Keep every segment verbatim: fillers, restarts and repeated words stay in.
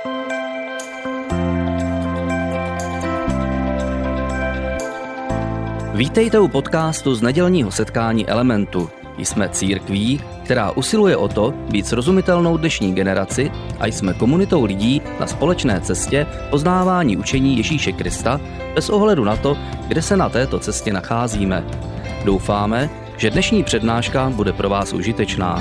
Vítejte u podcastu z nedělního setkání Elementu. Jsme církví, která usiluje o to být srozumitelnou dnešní generaci a jsme komunitou lidí na společné cestě poznávání učení Ježíše Krista bez ohledu na to, kde se na této cestě nacházíme. Doufáme, že dnešní přednáška bude pro vás užitečná.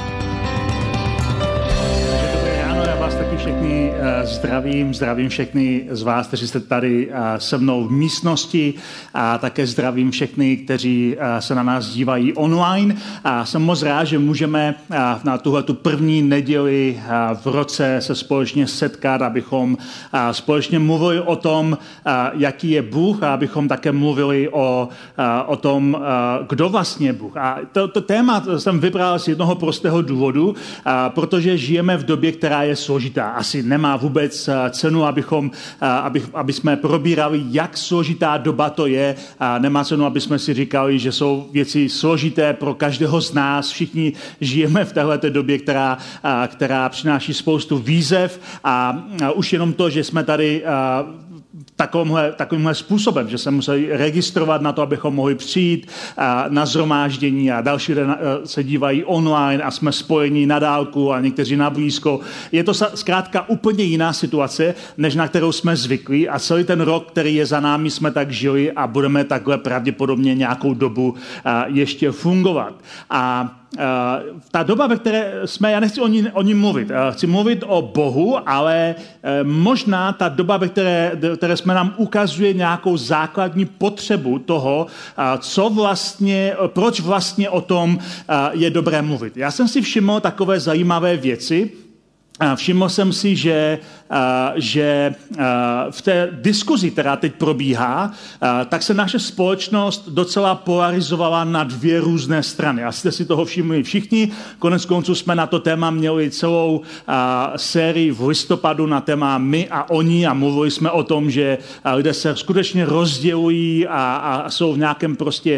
Taky všechny zdravím, zdravím všechny z vás, kteří jste tady se mnou v místnosti a také zdravím všechny, kteří se na nás dívají online. A jsem moc rád, že můžeme na tuhletu první neděli v roce se společně setkat, abychom společně mluvili o tom, jaký je Bůh a abychom také mluvili o, o tom, kdo vlastně je Bůh. A to, to téma jsem vybral z jednoho prostého důvodu, protože žijeme v době, která je složitá. Asi nemá vůbec cenu, abychom, aby, aby jsme probírali, jak složitá doba to je. Nemá cenu, aby jsme si říkali, že jsou věci složité pro každého z nás. Všichni žijeme v téhleté době, která, která přináší spoustu výzev a už jenom to, že jsme tady Takovýmhle, takovýmhle způsobem, že se museli registrovat na to, abychom mohli přijít na shromáždění a další lidé se dívají online a jsme spojení na dálku a někteří na blízko. Je to zkrátka úplně jiná situace, než na kterou jsme zvyklí a celý ten rok, který je za námi, jsme tak žili a budeme takhle pravděpodobně nějakou dobu ještě fungovat. A Uh, ta doba, ve které jsme, já nechci o ní, o ní mluvit, uh, chci mluvit o Bohu, ale uh, možná ta doba, ve které, které jsme nám ukazuje nějakou základní potřebu toho, uh, co vlastně, proč vlastně o tom uh, je dobré mluvit. Já jsem si všiml takové zajímavé věci. Všiml jsem si, že, že v té diskuzi, která teď probíhá, tak se naše společnost docela polarizovala na dvě různé strany. Asi jste si toho všimli všichni. Konec konců jsme na to téma měli celou sérii v listopadu na téma my a oni a mluvili jsme o tom, že lidé se skutečně rozdělují a, a jsou v nějakém prostě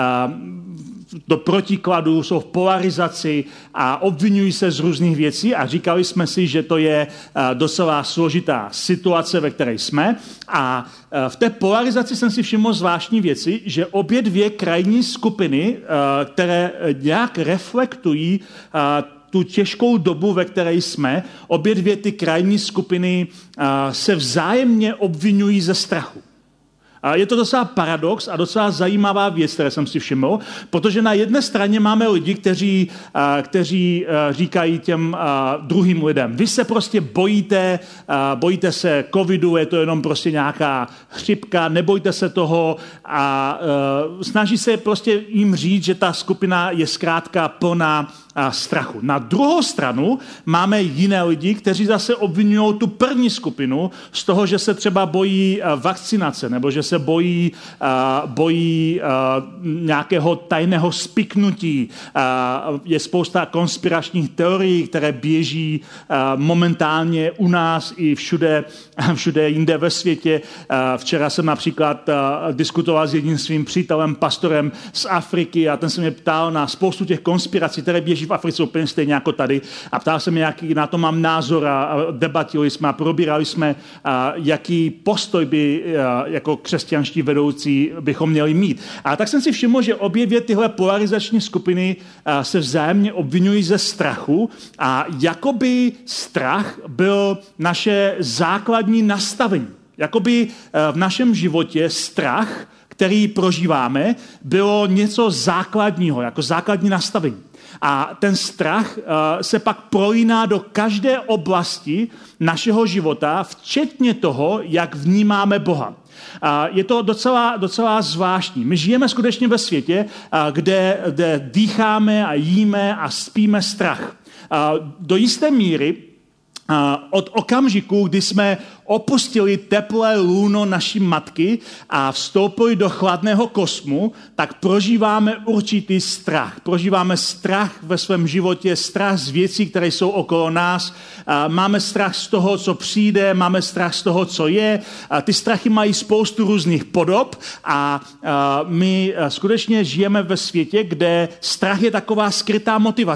do protikladu, jsou v polarizaci a obvinují se z různých věcí a říkali jsme si, že to je docela složitá situace, ve které jsme. A v té polarizaci jsem si všiml zvláštní věci, že obě dvě krajní skupiny, které nějak reflektují tu těžkou dobu, ve které jsme, obě dvě ty krajní skupiny se vzájemně obvinují ze strachu. A je to docela paradox a docela zajímavá věc, které jsem si všiml, protože na jedné straně máme lidi, kteří, kteří říkají těm druhým lidem, vy se prostě bojíte, bojíte se covidu, je to jenom prostě nějaká chřipka, nebojte se toho a snaží se prostě jim říct, že ta skupina je zkrátka plná strachu. Na druhou stranu máme jiné lidi, kteří zase obvinují tu první skupinu z toho, že se třeba bojí vakcinace nebo že se bojí, bojí nějakého tajného spiknutí. Je spousta konspiračních teorií, které běží momentálně u nás i všude, všude jinde ve světě. Včera jsem například diskutoval s jedním svým přítelem, pastorem z Afriky a ten se mě ptal na spoustu těch konspirací, které běží v Africe úplně stejně jako tady a ptal se mě, jaký na to mám názor a debatovali jsme a probírali jsme, jaký postoj by jako křesťanští vedoucí bychom měli mít. A tak jsem si všiml, že obě dvě tyhle polarizační skupiny se vzájemně obvinují ze strachu a jakoby strach byl naše základní nastavení. Jakoby v našem životě strach, který prožíváme, bylo něco základního, jako základní nastavení. A ten strach uh, se pak prolíná do každé oblasti našeho života, včetně toho, jak vnímáme Boha. Uh, je to docela, docela zvláštní. My žijeme skutečně ve světě, uh, kde, kde dýcháme a jíme a spíme strach. Uh, do jisté míry od okamžiku, kdy jsme opustili teplé lůno naší matky a vstoupili do chladného kosmu, tak prožíváme určitý strach. Prožíváme strach ve svém životě, strach z věcí, které jsou okolo nás. Máme strach z toho, co přijde, máme strach z toho, co je. Ty strachy mají spoustu různých podob a my skutečně žijeme ve světě, kde strach je taková skrytá motivace.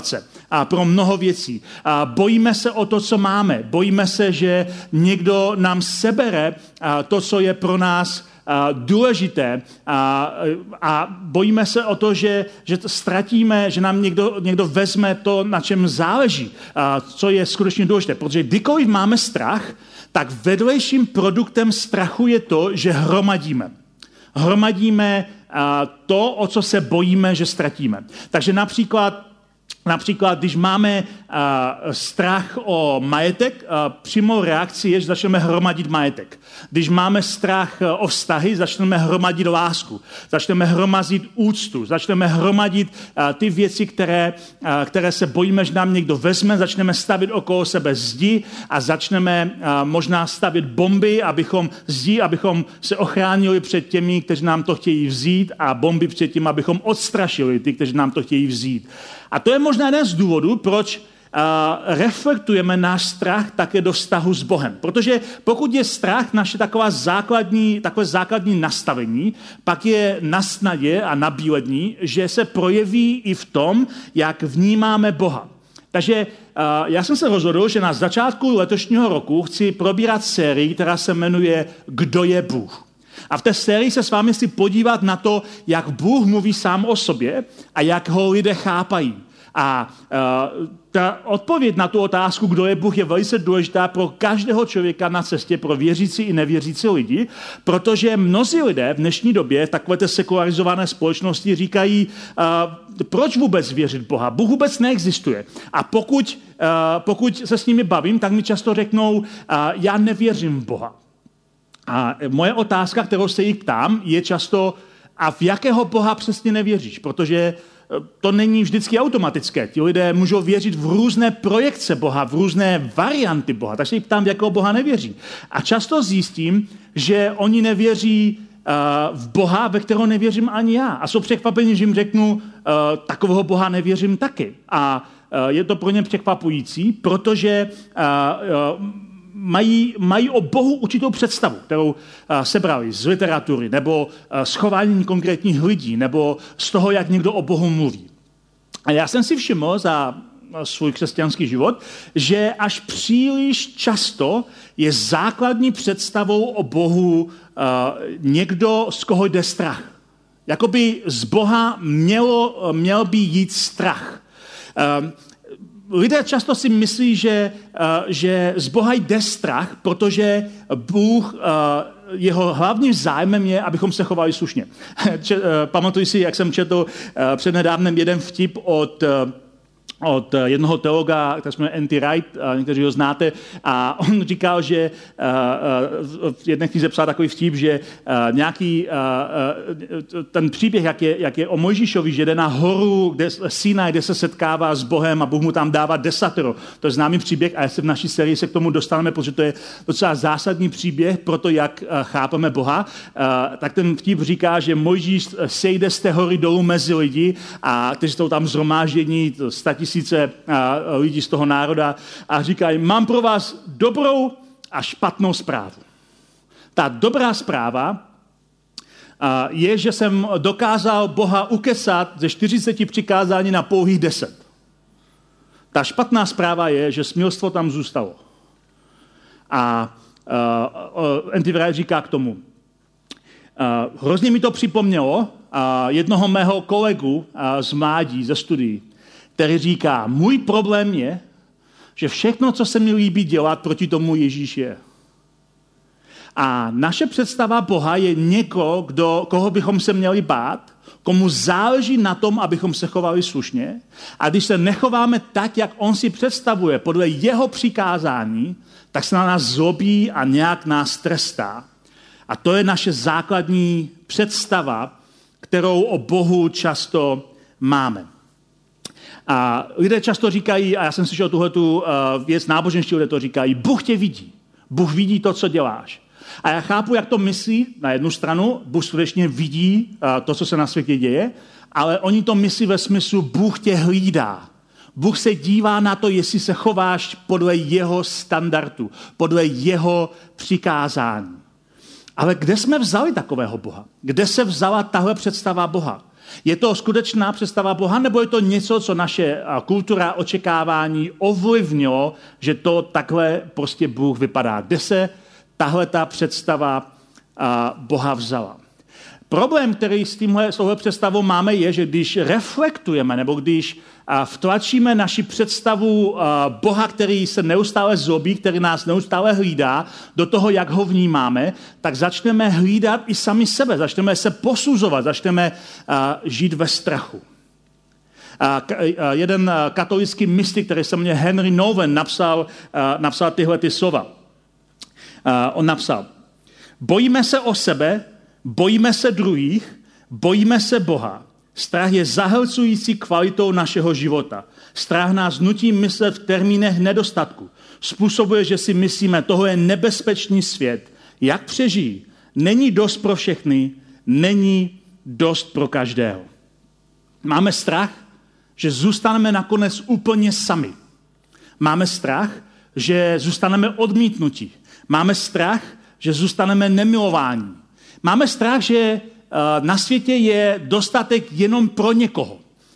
a pro mnoho věcí. A bojíme se o to, co máme. Bojíme se, že někdo nám sebere to, co je pro nás důležité a, a bojíme se o to, že, že to ztratíme, že nám někdo, někdo vezme to, na čem záleží, a co je skutečně důležité. Protože kdykoliv máme strach, tak vedlejším produktem strachu je to, že hromadíme. Hromadíme to, o co se bojíme, že ztratíme. Takže například Například, když máme uh, strach o majetek, uh, přímou reakcí je, že začneme hromadit majetek. Když máme strach uh, o vztahy, začneme hromadit lásku. Začneme hromadit úctu. Začneme hromadit uh, ty věci, které, uh, které se bojíme, že nám někdo vezme. Začneme stavit okolo sebe zdi a začneme uh, možná stavit bomby, abychom zdi, abychom se ochránili před těmi, kteří nám to chtějí vzít, a bomby před tím, abychom odstrašili ty, kteří nám to chtějí vzít. A to je možná jeden z důvodů, proč uh, reflektujeme náš strach také do vztahu s Bohem. Protože pokud je strach naše taková základní, takové základní nastavení, pak je na snadě a na bílední, že se projeví i v tom, jak vnímáme Boha. Takže uh, já jsem se rozhodl, že na začátku letošního roku chci probírat sérii, která se jmenuje Kdo je Bůh. A v té sérii se s vámi chci podívat na to, jak Bůh mluví sám o sobě a jak ho lidé chápají. A uh, ta odpověď na tu otázku, kdo je Bůh, je velice důležitá pro každého člověka na cestě, pro věřící i nevěřící lidi, protože mnozí lidé v dnešní době v takové sekularizované společnosti říkají, uh, proč vůbec věřit Boha? Bůh vůbec neexistuje. A pokud, uh, pokud se s nimi bavím, tak mi často řeknou, uh, já nevěřím v Boha. A moje otázka, kterou se jí ptám, je často, a v jakého Boha přesně nevěříš? Protože to není vždycky automatické. Ti lidé můžou věřit v různé projekce Boha, v různé varianty Boha. Takže se jí ptám, v jakého Boha nevěří. A často zjistím, že oni nevěří uh, v Boha, ve kterého nevěřím ani já. A jsou překvapení, že jim řeknu, uh, takového Boha nevěřím taky. A uh, je to pro ně překvapující, protože uh, uh, Mají, mají o Bohu určitou představu, kterou uh, sebrali z literatury, nebo uh, z chování konkrétních lidí, nebo z toho, jak někdo o Bohu mluví. A já jsem si všiml za svůj křesťanský život, že až příliš často je základní představou o Bohu uh, někdo, z koho jde strach. Jakoby z Boha mělo, měl by jít strach. Uh, Lidé často si myslí, že, uh, že z Boha jde strach, protože Bůh, uh, jeho hlavním zájmem je, abychom se chovali slušně. Če, uh, pamatuji si, jak jsem četl uh, přednedávnem jeden vtip od... Uh, od jednoho teologa, který se jmenuje N T Wright, někteří ho znáte, a on říkal, že v jedné knize psal takový vtip, že nějaký ten příběh, jak je, jak je o Mojžíšovi, že jde na horu kde, Sinaj, kde se setkává s Bohem a Bůh mu tam dává desatero. To je známý příběh a se v naší sérii se k tomu dostaneme, protože to je docela zásadní příběh pro to, jak chápeme Boha. Tak ten vtip říká, že Mojžíš sejde z té hory dolů mezi lidi, a kteří jsou tam zhromáždění, statisíce lidí z toho národa, a říkají, mám pro vás dobrou a špatnou zprávu. Ta dobrá zpráva je, že jsem dokázal Boha ukesat ze čtyřiceti přikázání na pouhých deset. Ta špatná zpráva je, že smilstvo tam zůstalo. A uh, N T Wright říká k tomu, uh, hrozně mi to připomnělo uh, jednoho mého kolegu uh, z mládí, ze studií, který říká, můj problém je, že všechno, co se mi líbí dělat, proti tomu Ježíš je. A naše představa Boha je někoho, kdo, koho bychom se měli bát, komu záleží na tom, abychom se chovali slušně. A když se nechováme tak, jak on si představuje, podle jeho přikázání, tak se na nás zlobí a nějak nás trestá. A to je naše základní představa, kterou o Bohu často máme. A lidé často říkají, a já jsem slyšel tuhletu věc, náboženští lidé to říkají, Bůh tě vidí. Bůh vidí to, co děláš. A já chápu, jak to myslí na jednu stranu, Bůh skutečně vidí to, co se na světě děje, ale oni to myslí ve smyslu, Bůh tě hlídá. Bůh se dívá na to, jestli se chováš podle jeho standardu, podle jeho přikázání. Ale kde jsme vzali takového Boha? Kde se vzala tahle představa Boha? Je to skutečná představa Boha, nebo je to něco, co naše kultura očekávání ovlivnilo, že to takhle prostě Bůh vypadá? Kde se tahle ta představa Boha vzala? Problém, který s tímhle, s touhle představou máme, je, že když reflektujeme nebo když vtlačíme naši představu Boha, který se neustále zlobí, který nás neustále hlídá, do toho, jak ho vnímáme, tak začneme hlídat i sami sebe, začneme se posuzovat, začneme žít ve strachu. Jeden katolický mystik, který se jmenuje Henry Nouwen, napsal, napsal tyhle ty slova. On napsal: bojíme se o sebe, bojíme se druhých, bojíme se Boha. Strach je zahlcující kvalitou našeho života. Strach nás nutí myslet v termínech nedostatku. Způsobuje, že si myslíme, toho je nebezpečný svět. Jak přežijí? Není dost pro všechny, není dost pro každého. Máme strach, že zůstaneme nakonec úplně sami. Máme strach, že zůstaneme odmítnutí. Máme strach, že zůstaneme nemilováni. Máme strach, že na světě je dostatek jenom pro někoho.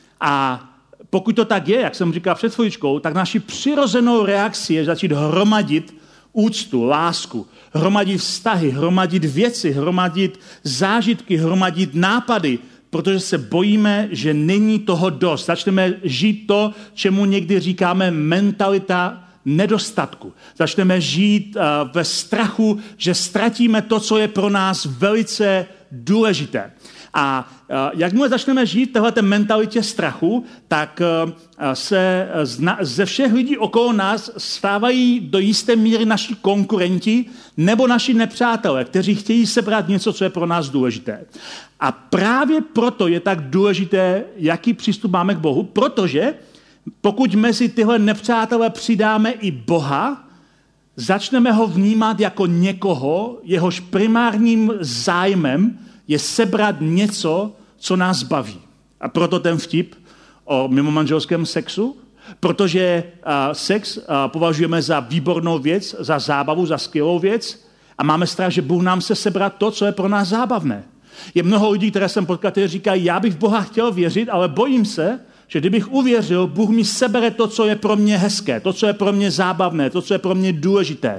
A pokud to tak je, jak jsem říkal před chviličkou, tak naši přirozenou reakcí je začít hromadit úctu, lásku, hromadit vztahy, hromadit věci, hromadit zážitky, hromadit nápady, protože se bojíme, že není toho dost. Začneme žít to, čemu někdy říkáme mentalita nedostatku. Začneme žít uh, ve strachu, že ztratíme to, co je pro nás velice důležité. A uh, jakmile začneme žít téhleté mentalitě strachu, tak uh, se zna, ze všech lidí okolo nás stávají do jisté míry naši konkurenti nebo naši nepřátelé, kteří chtějí sebrat něco, co je pro nás důležité. A právě proto je tak důležité, jaký přístup máme k Bohu, protože pokud mezi tyhle nepřátelé přidáme i Boha, začneme ho vnímat jako někoho, jehož primárním zájmem je sebrat něco, co nás baví. A proto ten vtip o mimomanželském sexu, protože uh, sex uh, považujeme za výbornou věc, za zábavu, za skvělou věc a máme strach, že Bůh nám se sebrat to, co je pro nás zábavné. Je mnoho lidí, které jsem potkal, kteří říkají, já bych v Boha chtěl věřit, ale bojím se, že kdybych uvěřil, Bůh mi sebere to, co je pro mě hezké, to, co je pro mě zábavné, to, co je pro mě důležité.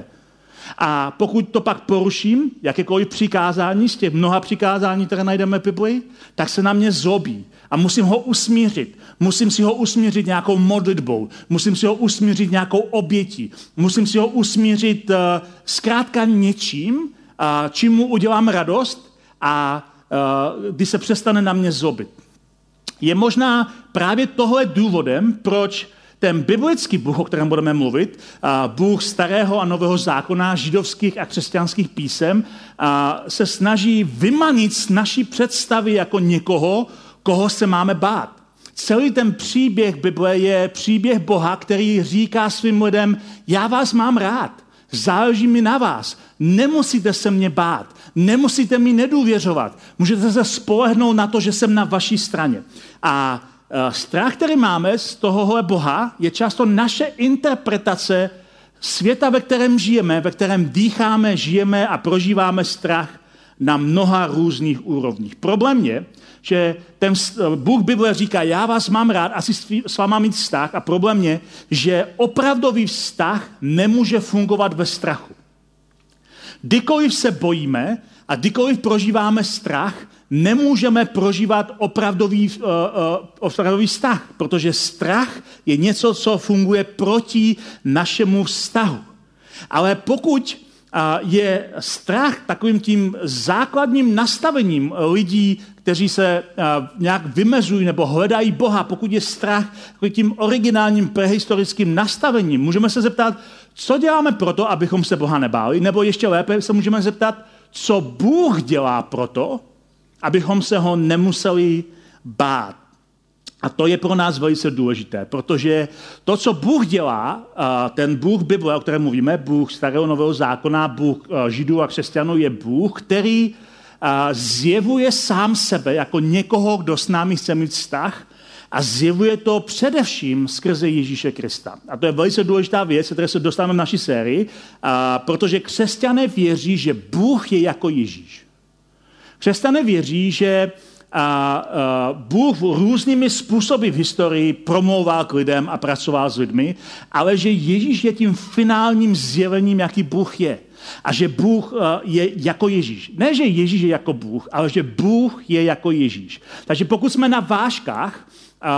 A pokud to pak poruším, jakékoliv přikázání z těch mnoha přikázání, které najdeme v Biblii, tak se na mě zlobí. A musím ho usmířit. Musím si ho usmířit nějakou modlitbou. Musím si ho usmířit nějakou obětí. Musím si ho usmířit uh, zkrátka něčím, uh, čím mu udělám radost a uh, kdy se přestane na mě zlobit. Je možná právě tohle důvodem, proč ten biblický Bůh, o kterém budeme mluvit, Bůh starého a nového zákona, židovských a křesťanských písem, se snaží vymanit z naší představy jako někoho, koho se máme bát. Celý ten příběh Bible je příběh Boha, který říká svým lidem, já vás mám rád, záleží mi na vás, nemusíte se mě bát, nemusíte mi nedůvěřovat, můžete se spolehnout na to, že jsem na vaší straně. A strach, který máme z tohohle Boha, je často naše interpretace světa, ve kterém žijeme, ve kterém dýcháme, žijeme a prožíváme strach na mnoha různých úrovních. Problém je, že ten Bůh Bible říká, já vás mám rád, asi s váma mít vztah, a problém je, že opravdový vztah nemůže fungovat ve strachu. Kdykoliv se bojíme a kdykoliv prožíváme strach, nemůžeme prožívat opravdový, uh, uh, opravdový vztah, protože strach je něco, co funguje proti našemu vztahu. Ale pokud uh, je strach takovým tím základním nastavením lidí, kteří se uh, nějak vymezují nebo hledají Boha, pokud je strach tím originálním prehistorickým nastavením, můžeme se zeptat, co děláme proto, abychom se Boha nebáli, nebo ještě lépe se můžeme zeptat, co Bůh dělá proto, abychom se ho nemuseli bát. A to je pro nás velice důležité, protože to, co Bůh dělá, ten Bůh Bible, o kterém mluvíme, Bůh starého nového zákona, Bůh Židů a křesťanů, je Bůh, který zjevuje sám sebe jako někoho, kdo s námi chce mít vztah, a zjevuje to především skrze Ježíše Krista. A to je velice důležitá věc, které se dostáváme v naší sérii, protože křesťané věří, že Bůh je jako Ježíš. Křesťané věří, že a Bůh různými způsoby v historii promlouval k lidem a pracoval s lidmi, ale že Ježíš je tím finálním zjevením, jaký Bůh je. A že Bůh je jako Ježíš. Ne, že Ježíš je jako Bůh, ale že Bůh je jako Ježíš. Takže pokud jsme na vážkách,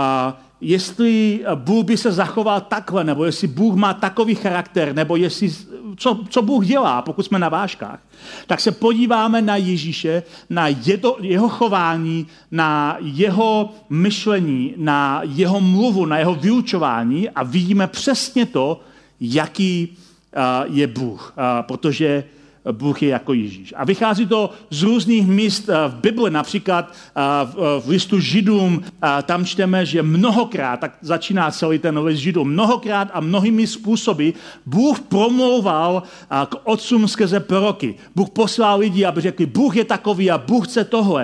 jestli Bůh by se zachoval takhle, nebo jestli Bůh má takový charakter, nebo jestli, co, co Bůh dělá, pokud jsme na vážkách, tak se podíváme na Ježíše, na jeho, jeho chování, na jeho myšlení, na jeho mluvu, na jeho vyučování a vidíme přesně to, jaký je Bůh, protože Bůh je jako Ježíš. A vychází to z různých míst v Bibli, například v listu Židům, tam čteme, že mnohokrát, tak začíná celý ten list Židům, mnohokrát a mnohými způsoby Bůh promlouval k otcům skrze proroky. Bůh poslal lidi, aby řekli, Bůh je takový a Bůh chce tohle.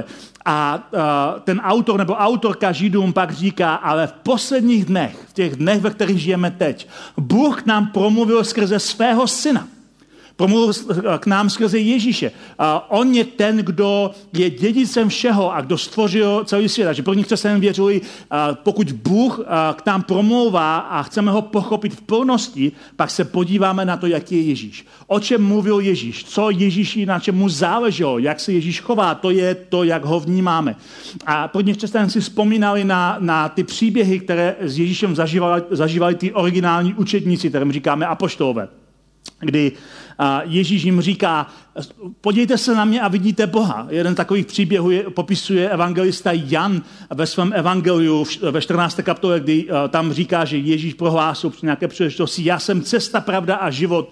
A ten autor nebo autorka Židům pak říká, ale v posledních dnech, v těch dnech, ve kterých žijeme teď, Bůh nám promluvil skrze svého syna. Promluvil k nám skrze Ježíše. On je ten, kdo je dědicem všeho a kdo stvořil celý svět. Takže první křesťané věřili, pokud Bůh k nám promlouvá a chceme ho pochopit v plnosti, pak se podíváme na to, jaký je Ježíš. O čem mluvil Ježíš, co Ježíši, na čem mu záleželo, jak se Ježíš chová, to je to, jak ho vnímáme. A první křesťané si vzpomínali na, na ty příběhy, které s Ježíšem zažívali, zažívali ty originální učedníci, kterým říkáme apoštolové. Kdy Ježíš jim říká, podívejte se na mě a vidíte Boha. Jeden takových příběhů je, popisuje evangelista Jan ve svém evangeliu ve čtrnácté kapitole, kdy tam říká, že Ježíš prohlásil při nějaké příležitosti, já jsem cesta, pravda a život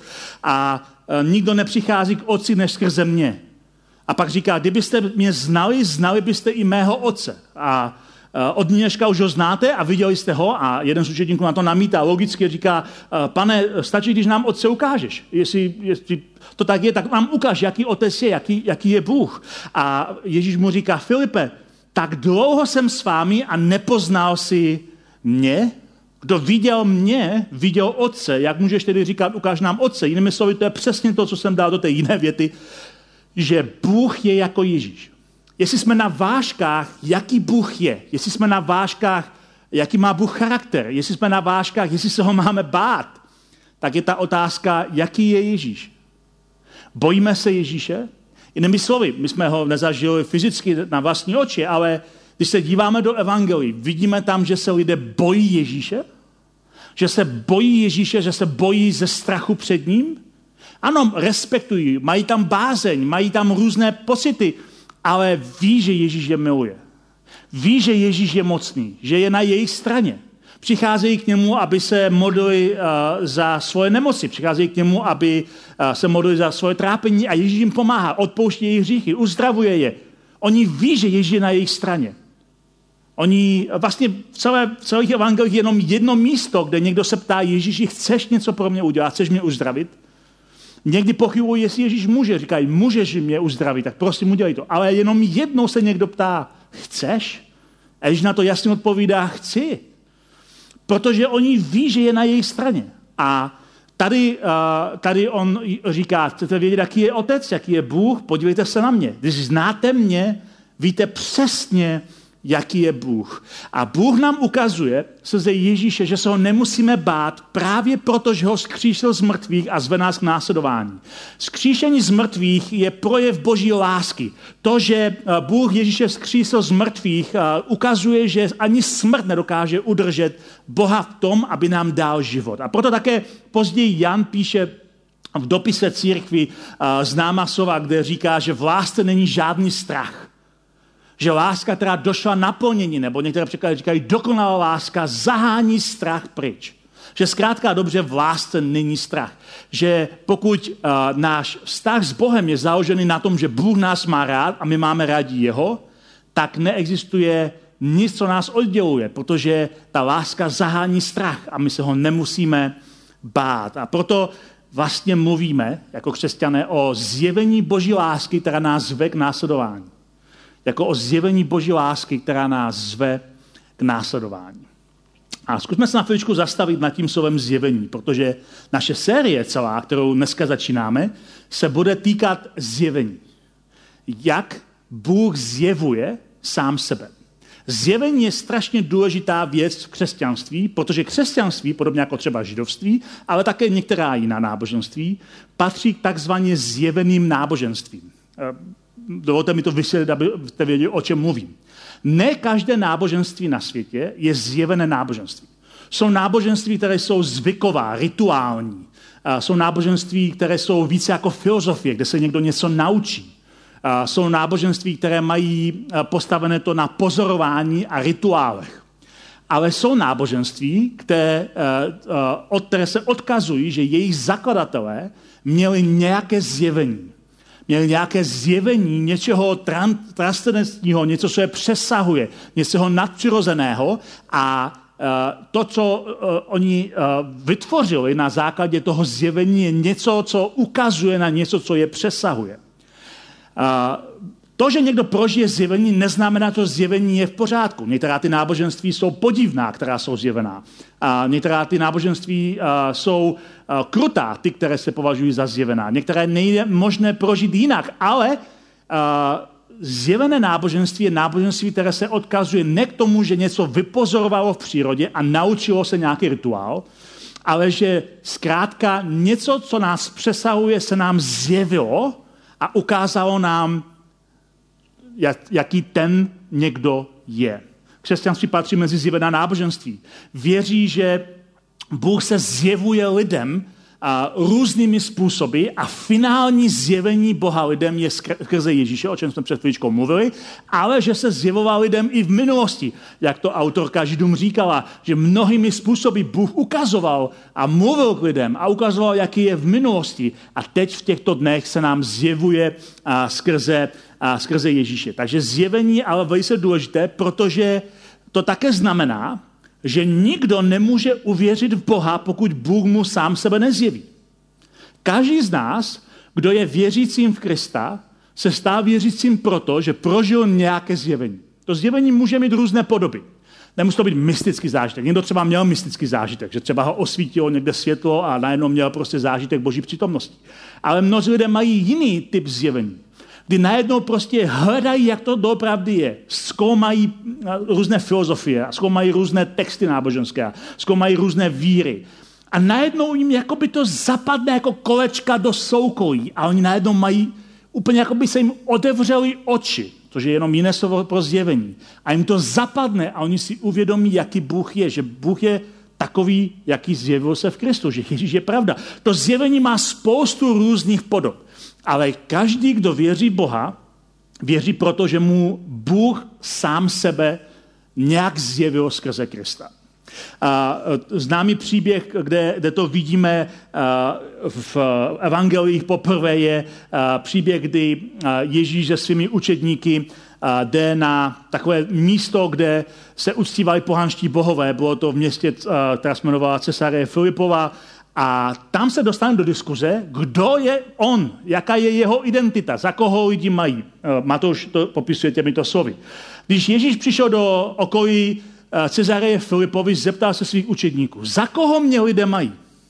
a nikdo nepřichází k otci než skrze mě. A pak říká, kdybyste mě znali, znali byste i mého otce. A od dneška už ho znáte a viděli jste ho a jeden z učedníků na to namítá. Logicky říká, pane, stačí, když nám otce ukážeš. Jestli, jestli to tak je, tak nám ukáž, jaký otec je, jaký, jaký je Bůh. A Ježíš mu říká, Filipe, tak dlouho jsem s vámi a nepoznal si mě? Kdo viděl mě, viděl otce. Jak můžeš tedy říkat, ukáž nám otce? Jinými slovy, to je přesně to, co jsem dal do té jiné věty, že Bůh je jako Ježíš. Jestli jsme na vážkách, jaký Bůh je, jestli jsme na vážkách, jaký má Bůh charakter, jestli jsme na vážkách, jestli se ho máme bát, tak je ta otázka, jaký je Ježíš. Bojíme se Ježíše? Jinými slovy, my jsme ho nezažili fyzicky na vlastní oči, ale když se díváme do evangelií, vidíme tam, že se lidé bojí Ježíše? Že se bojí Ježíše, že se bojí ze strachu před ním? Ano, respektují, mají tam bázeň, mají tam různé pocity, ale ví, že Ježíš je miluje. Ví, že Ježíš je mocný, že je na jejich straně. Přicházejí k němu, aby se modlili uh, za svoje nemoci. Přicházejí k němu, aby uh, se modlili za svoje trápení a Ježíš jim pomáhá, odpouští jejich hříchy, uzdravuje je. Oni ví, že Ježíš je na jejich straně. Oni vlastně v, celé, v celých evangelích jenom jedno místo, kde někdo se ptá, Ježíši, chceš něco pro mě udělat, chceš mě uzdravit? Někdy pochybují, jestli Ježíš může. Říkají, můžeš mě uzdravit, tak prosím, udělej to. Ale jenom jednou se někdo ptá, chceš? A Ježíš na to jasně odpovídá, chci. Protože oni ví, že je na jejich straně. A tady, uh, tady on říká, chcete vědět, jaký je otec, jaký je Bůh? Podívejte se na mě. Když znáte mě, víte přesně, jaký je Bůh. A Bůh nám ukazuje skrze Ježíše, že se ho nemusíme bát právě proto, že ho zkříšil z mrtvých a zve nás k následování. Zkříšení z mrtvých je projev Boží lásky. To, že Bůh Ježíše zkříšil z mrtvých, ukazuje, že ani smrt nedokáže udržet Boha v tom, aby nám dal život. A proto také později Jan píše v dopise církvi známá slova, kde říká, že v lásce není žádný strach. Že láska, která došla naplnění, nebo některé překlady říkají, dokonalá láska zahání strach pryč. Že zkrátka dobře v lásce není strach. Že pokud uh, náš vztah s Bohem je založený na tom, že Bůh nás má rád a my máme rádi jeho, tak neexistuje nic, co nás odděluje, protože ta láska zahání strach a my se ho nemusíme bát. A proto vlastně mluvíme jako křesťané o zjevení Boží lásky, která nás zve k následování. Jako o zjevení Boží lásky, která nás zve k následování. A zkusme se na chviličku zastavit nad tím slovem zjevení, protože naše série celá, kterou dneska začínáme, se bude týkat zjevení. Jak Bůh zjevuje sám sebe. Zjevení je strašně důležitá věc v křesťanství, protože křesťanství, podobně jako třeba židovství, ale také některá jiná náboženství, patří k takzvaně zjeveným náboženstvím. Dovolte mi to vysvětlit, abyste věděli, o čem mluvím. Ne každé náboženství na světě je zjevené náboženství. Jsou náboženství, které jsou zvyková, rituální. Jsou náboženství, které jsou více jako filozofie, kde se někdo něco naučí. Jsou náboženství, které mají postavené to na pozorování a rituálech. Ale jsou náboženství, které, od které se odkazují, že jejich zakladatelé měli nějaké zjevení. Měli nějaké zjevení něčeho transcendentního, něco, co je přesahuje, něco nadpřirozeného a to, co oni vytvořili na základě toho zjevení, je něco, co ukazuje na něco, co je přesahuje. To, že někdo prožije zjevení, neznamená, že to zjevení je v pořádku. Některá ty náboženství jsou podivná, která jsou zjevená. A některá ty náboženství jsou krutá, ty, které se považují za zjevená. Některé nejde možné prožít jinak, ale zjevené náboženství je náboženství, které se odkazuje ne k tomu, že něco vypozorovalo v přírodě a naučilo se nějaký rituál, ale že zkrátka něco, co nás přesahuje, se nám zjevilo a ukázalo nám, jaký ten někdo je. Křesťanství patří mezi zjevená náboženství. Věří, že Bůh se zjevuje lidem a různými způsoby a finální zjevení Boha lidem je skrze Ježíše, o čem jsme před chvíličkou mluvili, ale že se zjevoval lidem i v minulosti. Jak to autorka Židům říkala, že mnohými způsoby Bůh ukazoval a mluvil k lidem a ukazoval, jaký je v minulosti. A teď v těchto dnech se nám zjevuje a skrze, a skrze Ježíše. Takže zjevení je ale velice důležité, protože to také znamená, že nikdo nemůže uvěřit v Boha, pokud Bůh mu sám sebe nezjeví. Každý z nás, kdo je věřícím v Krista, se stal věřícím proto, že prožil nějaké zjevení. To zjevení může mít různé podoby. Nemusí to být mystický zážitek. Někdo třeba měl mystický zážitek, že třeba ho osvítilo někde světlo a najednou měl prostě zážitek Boží přítomnosti. Ale mnozí lidé mají jiný typ zjevení, kdy najednou prostě hledají, jak to doopravdy je. Zkoumají různé filozofie, zkoumají různé texty náboženské, zkoumají různé víry. A najednou jim jakoby to zapadne jako kolečka do soukolí a oni najednou mají úplně jakoby se jim otevřely oči, což je jenom jiné slovo pro zjevení. A jim to zapadne a oni si uvědomí, jaký Bůh je, že Bůh je takový, jaký zjevil se v Kristu, že Ježíš je pravda. To zjevení má spoustu různých podob. Ale každý, kdo věří Boha, věří proto, že mu Bůh sám sebe nějak zjevil skrze Krista. A známý příběh, kde, kde to vidíme v evangelích poprvé, je příběh, kdy Ježíš se svými učedníky jde na takové místo, kde se uctívali pohanští bohové. Bylo to v městě, která se jmenovala Cesareje Filipova. A tam se dostane do diskuze, kdo je on, jaká je jeho identita, za koho lidi mají. Matouš to popisuje těmito slovy. Když Ježíš přišel do okolí Cesareje Filipovi, zeptal se svých učedníků, za koho mě lidé mají?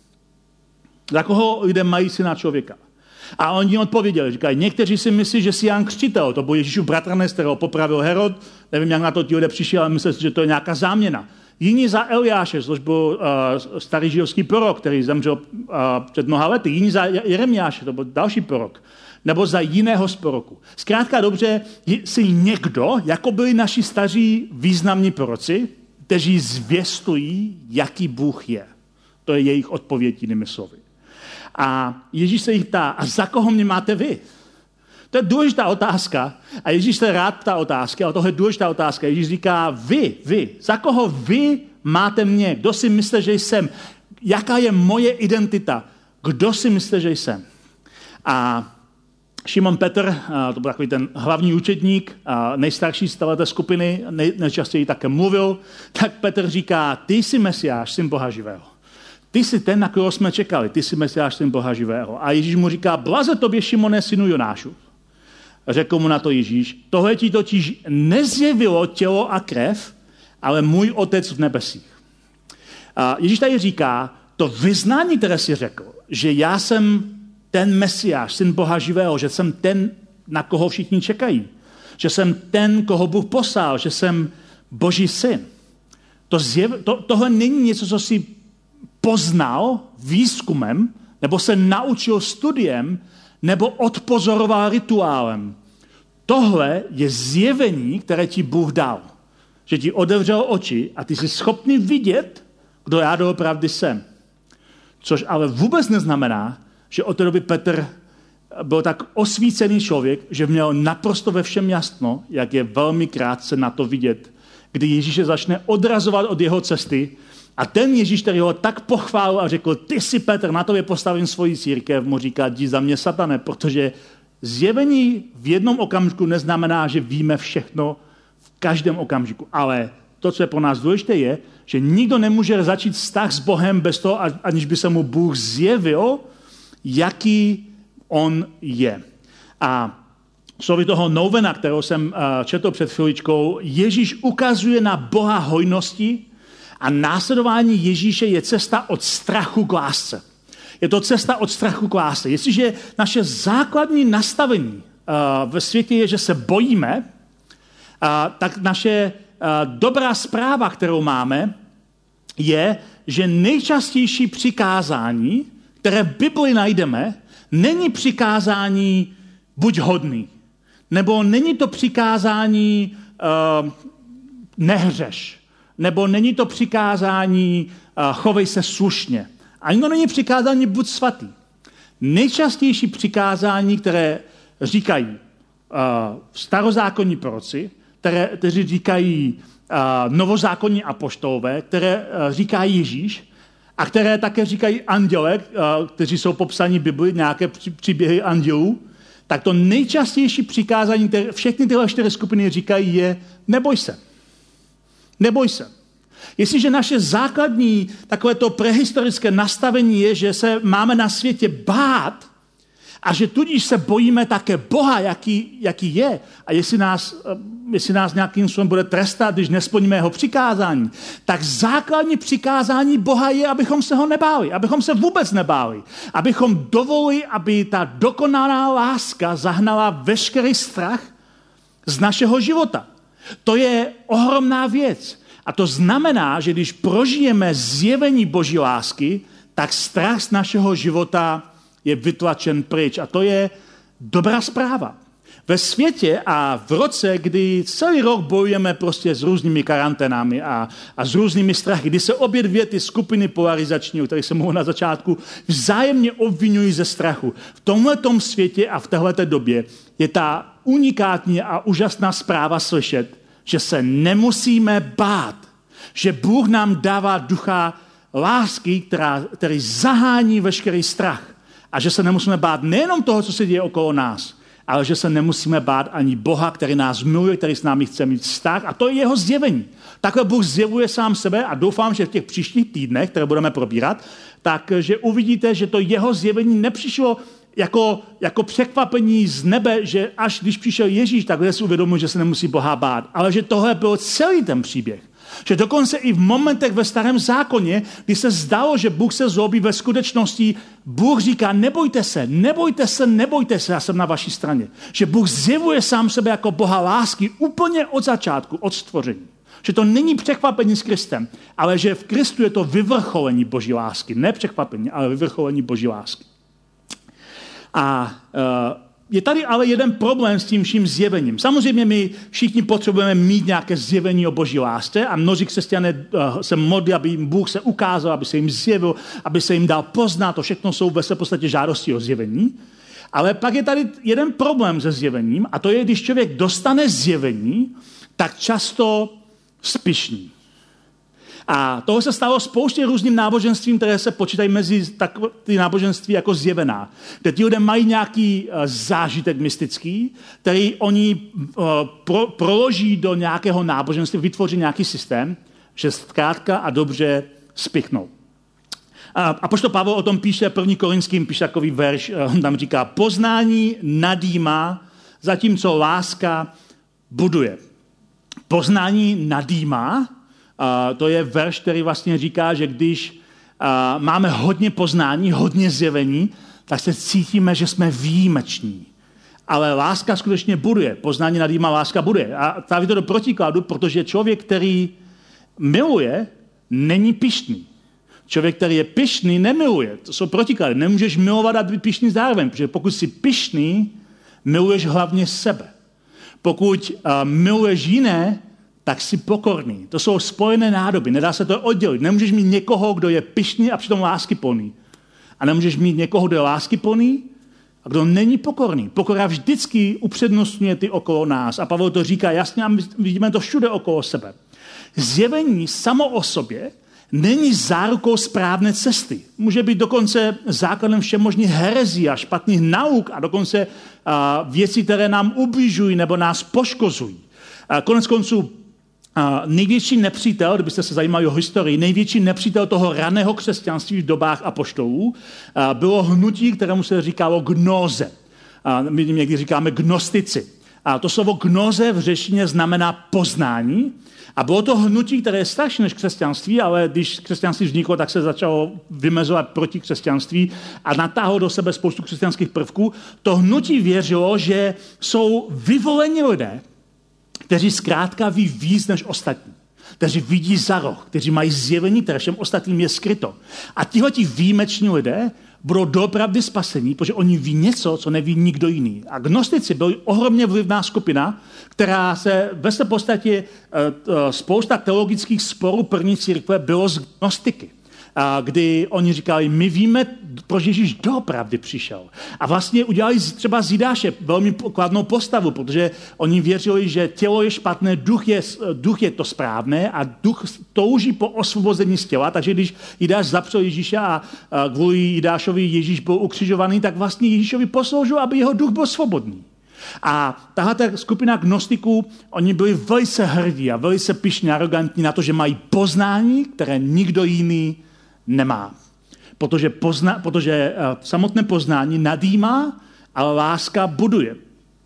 Za koho lidé mají syna člověka? A oni odpověděli, říkají, někteří si myslí, že si Jan Křtitel, to byl Ježíšův bratranec, kterého popravil Herod, nevím, jak na to ti lidé přišli, ale mysleli si, že to je nějaká záměna. Jiní za Eliáše, což byl uh, starý židovský prorok, který zemřel uh, před mnoha lety. Jiní za Jeremiáše, to byl další prorok. Nebo za jiného z proroků. Zkrátka dobře, si někdo, jako byli naši staří významní proroci, kteří zvěstují, jaký Bůh je. To je jejich odpověď jinými slovy. A Ježíš se jich ptá, a za koho mě máte vy? To je důležitá otázka. A Ježíš se rád ptá otázky, ale tohle je důležitá otázka. Ježíš říká, vy, vy, za koho vy máte mě? Kdo si myslíte, že jsem? Jaká je moje identita? Kdo si myslíte, že jsem? A Šimon Petr, to byl takový ten hlavní učedník, nejstarší z této skupiny, nejčastěji také mluvil, tak Petr říká, ty jsi Mesiáš, syn Boha živého. Ty jsi ten, na kterého jsme čekali, ty jsi Mesiáš, syn Boha živého. A Ježíš mu říká, blaze tobě, Šimone, synu Jonášu. Řekl mu na to Ježíš, tohle ti totiž nezjevilo tělo a krev, ale můj otec v nebesích. A Ježíš tady říká, to vyznání, které si řekl, že já jsem ten Mesiáš, syn Boha živého, že jsem ten, na koho všichni čekají. že jsem ten, koho Bůh poslal, že jsem Boží syn. To zjev, to, tohle není něco, co si poznal výzkumem, nebo se naučil studiem, nebo odpozoroval rituálem. Tohle je zjevení, které ti Bůh dal. Že ti otevřel oči a ty jsi schopný vidět, kdo já doopravdy jsem. Což ale vůbec neznamená, že od té doby Petr byl tak osvícený člověk, že měl naprosto ve všem jasno, jak je velmi krátce na to vidět, kdy Ježíše začne odrazovat od jeho cesty a ten Ježíš, který ho tak pochválil a řekl, ty jsi Petr, na tobě postavím svoji církev, mu říká, jdi za mě, satane, protože zjevení v jednom okamžiku neznamená, že víme všechno v každém okamžiku, ale to, co je pro nás důležité, je, že nikdo nemůže začít vztah s Bohem bez toho, aniž by se mu Bůh zjevil, jaký on je. A slovy toho novena, kterou jsem četl před chviličkou, Ježíš ukazuje na Boha hojnosti a následování Ježíše je cesta od strachu k lásce. Je to cesta od strachu k lásce. Jestliže naše základní nastavení ve světě je, že se bojíme, tak naše dobrá zpráva, kterou máme, je, že nejčastější přikázání, které v Bibli najdeme, není přikázání buď hodný, nebo není to přikázání uh, nehřeš, nebo není to přikázání uh, chovej se slušně. Ani to není přikázání buď svatý. Nejčastější přikázání, které říkají uh, starozákonní proroci, které, kteří říkají uh, novozákonní apoštolové, které uh, říká Ježíš, a které také říkají anděle, uh, kteří jsou popsaní v Bibli, nějaké příběhy andělů, tak to nejčastější přikázání, které všechny tyhle čtyři skupiny říkají, je neboj se. Neboj se. Jestliže naše základní takovéto prehistorické nastavení je, že se máme na světě bát a že tudíž se bojíme také Boha, jaký, jaký je, a jestli nás, jestli nás nějakým způsobem bude trestat, když nesplníme jeho přikázání, tak základní přikázání Boha je, abychom se ho nebáli, abychom se vůbec nebáli, abychom dovolili, aby ta dokonalá láska zahnala veškerý strach z našeho života. To je ohromná věc. A to znamená, že když prožijeme zjevení Boží lásky, tak strach z našeho života je vytlačen pryč. A to je dobrá zpráva. Ve světě a v roce, kdy celý rok bojujeme prostě s různými karanténami a, a s různými strachy, kdy se obě dvě ty skupiny polarizační, o kterých jsem mluvil na začátku, vzájemně obvinují ze strachu. V tomhletom světě a v téhleté době je ta unikátní a úžasná zpráva slyšet, že se nemusíme bát, že Bůh nám dává ducha lásky, která, který zahání veškerý strach. A že se nemusíme bát nejenom toho, co se děje okolo nás, ale že se nemusíme bát ani Boha, který nás miluje, který s námi chce mít vztah. A to je jeho zjevení. Takhle Bůh zjevuje sám sebe a doufám, že v těch příštích týdnech, které budeme probírat, takže uvidíte, že to jeho zjevení nepřišlo jako, jako překvapení z nebe, že až když přišel Ježíš, tak si uvědomil, že se nemusí Boha bát. Ale že tohle byl celý ten příběh. Že dokonce i v momentech ve starém zákoně, kdy se zdalo, že Bůh se zlobí, ve skutečnosti Bůh říká, nebojte se, nebojte se, nebojte se, já jsem na vaší straně. Že Bůh zjevuje sám sebe jako Boha lásky úplně od začátku, od stvoření. Že to není překvapení s Kristem, ale že v Kristu je to vyvrcholení Boží lásky. Ne překvapení, ale vyvrcholení Boží lásky. A uh, je tady ale jeden problém s tím vším zjevením. Samozřejmě my všichni potřebujeme mít nějaké zjevení o Boží lásce a mnozí křesťané uh, se modlí, aby jim Bůh se ukázal, aby se jim zjevil, aby se jim dal poznat. To všechno jsou ve své podstatě žádosti o zjevení. Ale pak je tady jeden problém se zjevením a to je, když člověk dostane zjevení, tak často spíšní. A toho se stalo spoustě různým náboženstvím, které se počítají mezi tak, ty náboženství jako zjevená. Kde ti lidé mají nějaký uh, zážitek mystický, který oni uh, pro, proloží do nějakého náboženství, vytvoří nějaký systém, že zkrátka a dobře spichnou. A apoštol Pavel o tom píše, první Korinským píše takový verš, on tam říká, poznání nadýmá, zatímco láska buduje. Poznání nadýmá, Uh, to je verš, který vlastně říká, že když uh, máme hodně poznání, hodně zjevení, tak se cítíme, že jsme výjimeční. ale láska skutečně buduje. Poznání nadýmá, láska buduje. A staví to do protikladu, protože člověk, který miluje, není pyšný. Člověk, který je pyšný, nemiluje. To jsou protiklady. Nemůžeš milovat a být pyšný zároveň, protože pokud jsi pyšný, miluješ hlavně sebe. Pokud uh, miluješ jiné, tak jsi pokorný. To jsou spojené nádoby, nedá se to oddělit. Nemůžeš mít někoho, kdo je pyšný a přitom láskyplný. A nemůžeš mít někoho, kdo je láskyplný a kdo není pokorný. Pokora vždycky upřednostňuje ty okolo nás. A Pavel to říká jasně a my vidíme to všude okolo sebe. Zjevení samo o sobě není zárukou správné cesty. Může být dokonce základem všemožných herezí a špatných nauk a dokonce a, věcí, které nám ubližují nebo nás poškozují. A konec konců a, největší nepřítel, kdybyste se zajímali o historii, největší nepřítel toho raného křesťanství v dobách apoštolů a, bylo hnutí, kterému se říkalo gnóze. A my někdy říkáme gnostici. A to slovo gnóze v řečtině znamená poznání. A bylo to hnutí, které je starší než křesťanství, ale když křesťanství vzniklo, tak se začalo vymezovat proti křesťanství a natáhlo do sebe spoustu křesťanských prvků. To hnutí věřilo, že jsou vyvolení lidé, kteří zkrátka ví víc než ostatní. Kteří vidí za roh, kteří mají zjevení, které všem ostatním je skryto. A tihleti výjimeční lidé budou doopravdy spasení, protože oni ví něco, co neví nikdo jiný. A gnostici byli ohromně vlivná skupina, která se ve své podstatě spousta teologických sporů první církve bylo z gnostiky. Kdy oni říkali, my víme, proč Ježíš doopravdy přišel. A vlastně udělali třeba z Jidáše velmi kladnou postavu, protože oni věřili, že tělo je špatné, duch je, duch je to správné a duch touží po osvobození z těla, takže když Jidáš zapřel Ježíše a kvůli Jidášovi Ježíš byl ukřižovaný, tak vlastně Ježíšovi posloužil, aby jeho duch byl svobodný. A tahle skupina gnostiků, oni byli velice hrdí a velice pyšní, arrogantní na to, že mají poznání, které nikdo jiný nemá. Protože, pozna, protože uh, samotné poznání nadýmá, ale láska buduje.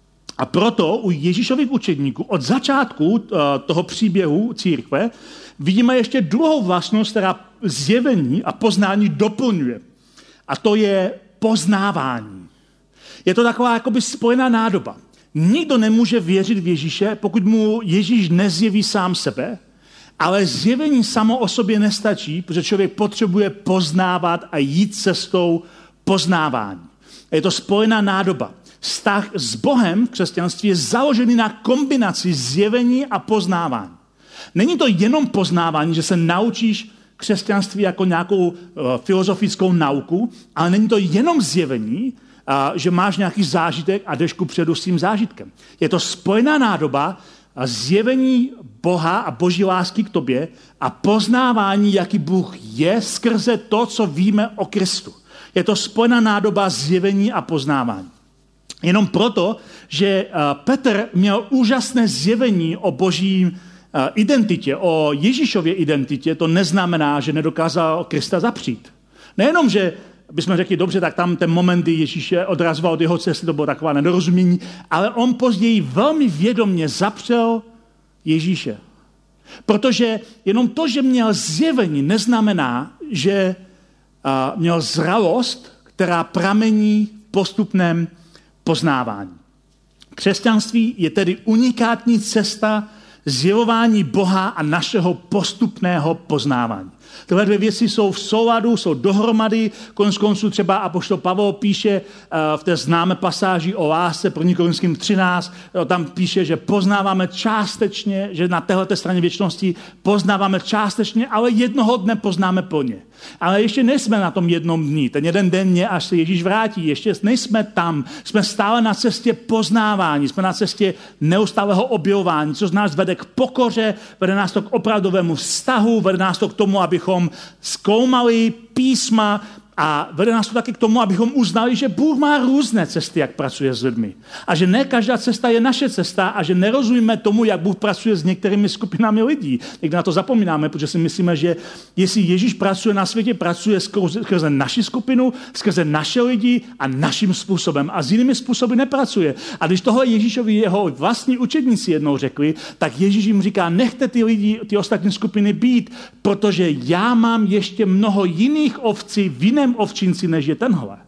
A proto u Ježíšových učedníků od začátku uh, toho příběhu církve vidíme ještě druhou vlastnost, která zjevení a poznání doplňuje. A to je poznávání. Je to taková jakoby spojená nádoba. Nikdo nemůže věřit v Ježíše, pokud mu Ježíš nezjeví sám sebe, ale zjevení samo o sobě nestačí, protože člověk potřebuje poznávat a jít cestou poznávání. Je to spojená nádoba. Vztah s Bohem v křesťanství je založený na kombinaci zjevení a poznávání. Není to jenom poznávání, že se naučíš křesťanství jako nějakou uh, filozofickou nauku, ale není to jenom zjevení, uh, že máš nějaký zážitek a jdeš kupředu s tím zážitkem. Je to spojená nádoba a zjevení Boha a boží lásky k tobě a poznávání, jaký Bůh je skrze to, co víme o Kristu. Je to spojená nádoba zjevení a poznávání. Jenom proto, že Petr měl úžasné zjevení o boží identitě, o Ježíšově identitě, to neznamená, že nedokázal Krista zapřít. Nejenom, že bychom řekli, dobře, tak tam ten moment, kdy Ježíše odrazoval od jeho cesty, to bylo taková nedorozumění, ale on později velmi vědomě zapřel Ježíše. Protože jenom to, že měl zjevení, neznamená, že uh, měl zralost, která pramení v postupném poznávání. Křesťanství je tedy unikátní cesta zjevování Boha a našeho postupného poznávání. Tyhle dvě věci jsou v souladu, jsou dohromady. Konec konců třeba apoštol Pavel píše uh, v té známé pasáži o lásce, první Korinským třináct, tam píše, že poznáváme částečně, že na téhleté straně věčnosti poznáváme částečně, ale jednoho dne poznáme plně. Ale ještě nejsme na tom jednom dní, ten jeden den je, až se Ježíš vrátí, ještě nejsme tam, jsme stále na cestě poznávání, jsme na cestě neustálého objevování, co z nás vede k pokoře, vede nás to k opravdovému vztahu, vede nás to k tomu, abychom zkoumali písma a vede nás to taky k tomu, abychom uznali, že Bůh má různé cesty, jak pracuje s lidmi. A že ne každá cesta je naše cesta a že nerozumíme tomu, jak Bůh pracuje s některými skupinami lidí. Někdy na to zapomínáme, protože si myslíme, že jestli Ježíš pracuje na světě, pracuje skrze naši skupinu, skrze naše lidi a naším způsobem. A s jinými způsoby nepracuje. A když tohle Ježíšovi jeho vlastní učedníci jednou řekli, tak Ježíš jim říká, nechte ty lidi, ty ostatní skupiny být, protože já mám ještě mnoho jiných ovcí v jiném ovčinci, než je tenhle.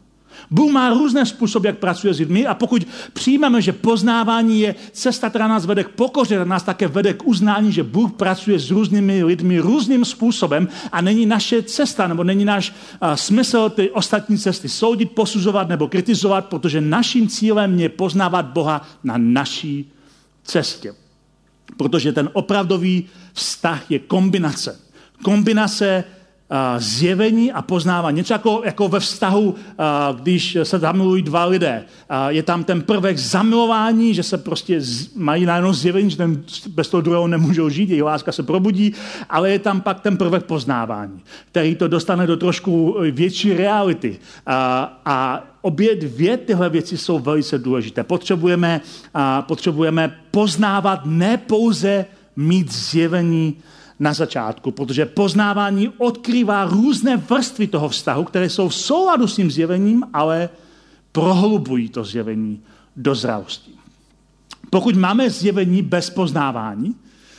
Bůh má různé způsoby, jak pracuje s lidmi a pokud přijmeme, že poznávání je cesta, která nás vede k pokoře, která nás také vede k uznání, že Bůh pracuje s různými lidmi různým způsobem a není naše cesta, nebo není náš uh, smysl ty ostatní cesty soudit, posuzovat nebo kritizovat, protože naším cílem je poznávat Boha na naší cestě. Protože ten opravdový vztah je kombinace. Kombinace Uh, zjevení a poznávání. Něco jako, jako ve vztahu, uh, když se zamilují dva lidé. Uh, je tam ten prvek zamilování, že se prostě z, mají najednou zjevení, že ten bez toho druhého nemůžou žít, jejich láska se probudí, ale je tam pak ten prvek poznávání, který to dostane do trošku větší reality. Uh, a obě dvě tyhle věci jsou velice důležité. Potřebujeme, uh, potřebujeme poznávat, ne pouze mít zjevení na začátku, protože poznávání odkrývá různé vrstvy toho vztahu, které jsou v souladu s tím zjevením, ale prohlubují to zjevení do zralosti. Pokud máme zjevení bez poznávání,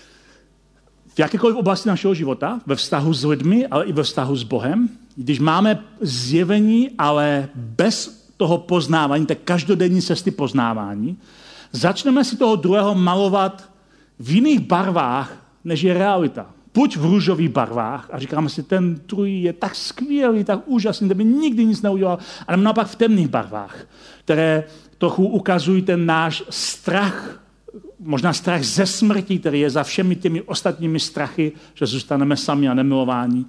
v jakékoliv oblasti našeho života, ve vztahu s lidmi, ale i ve vztahu s Bohem, když máme zjevení, ale bez toho poznávání, tak každodenní cesty poznávání, začneme si toho druhého malovat v jiných barvách, než je realita. Buď v růžových barvách a říkáme si, ten druhý je tak skvělý, tak úžasný, ten by nikdy nic neudělal, a nebo naopak v temných barvách, které trochu ukazují ten náš strach, možná strach ze smrti, který je za všemi těmi ostatními strachy, že zůstaneme sami a nemilováni.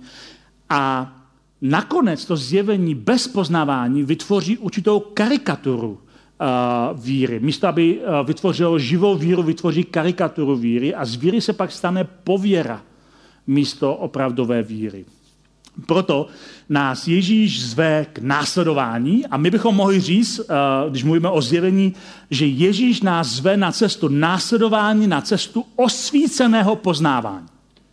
A nakonec to zjevení bez poznávání vytvoří určitou karikaturu víry. Místo, aby vytvořil živou víru, vytvoří karikaturu víry a z víry se pak stane pověra místo opravdové víry. Proto nás Ježíš zve k následování a my bychom mohli říct, když mluvíme o zjevení, že Ježíš nás zve na cestu následování, na cestu osvíceného poznávání.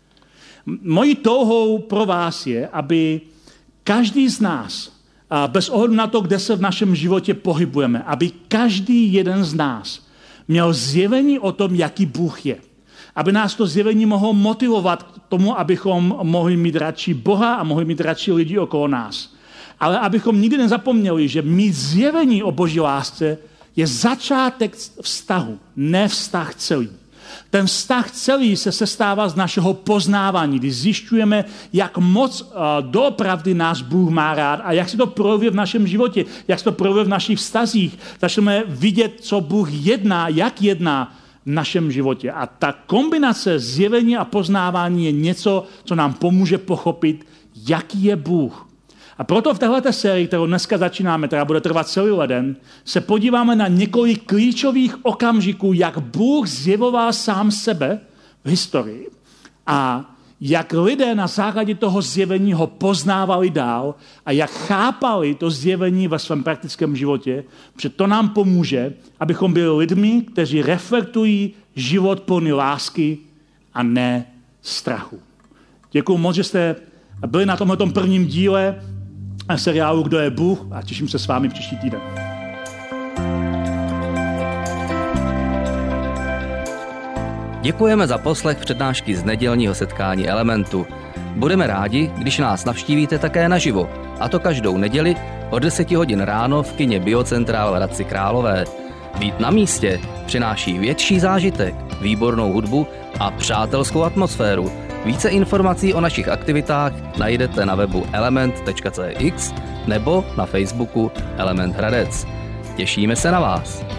Mojí touhou pro vás je, aby každý z nás, bez ohledu na to, kde se v našem životě pohybujeme, aby každý jeden z nás měl zjevení o tom, jaký Bůh je. Aby nás to zjevení mohlo motivovat k tomu, abychom mohli mít radši Boha a mohli mít radši lidi okolo nás. Ale abychom nikdy nezapomněli, že mít zjevení o Boží lásce je začátek vztahu, ne vztah celý. Ten vztah celý se sestává z našeho poznávání, kdy zjišťujeme, jak moc uh, doopravdy nás Bůh má rád a jak se to projevuje v našem životě, jak se to projevuje v našich vztazích. Začneme vidět, co Bůh jedná, jak jedná v našem životě. A ta kombinace zjevení a poznávání je něco, co nám pomůže pochopit, jaký je Bůh. A proto v této sérii, kterou dneska začínáme, která bude trvat celý leden, se podíváme na několik klíčových okamžiků, jak Bůh zjevoval sám sebe v historii a jak lidé na základě toho zjevení ho poznávali dál a jak chápali to zjevení ve svém praktickém životě, protože to nám pomůže, abychom byli lidmi, kteří reflektují život plný lásky a ne strachu. Děkuji moc, že jste byli na tomto prvním díle seriálu Kdo je Bůh a těším se s vámi příští týden. Děkujeme za poslech přednášky z nedělního setkání Elementu. Budeme rádi, když nás navštívíte také naživo, a to každou neděli od deseti hodin ráno v kině Biocentral v Hradci Králové. Být na místě přináší větší zážitek, výbornou hudbu a přátelskou atmosféru. Více informací o našich aktivitách najdete na webu element tečka cé x nebo na Facebooku Element Hradec. Těšíme se na vás.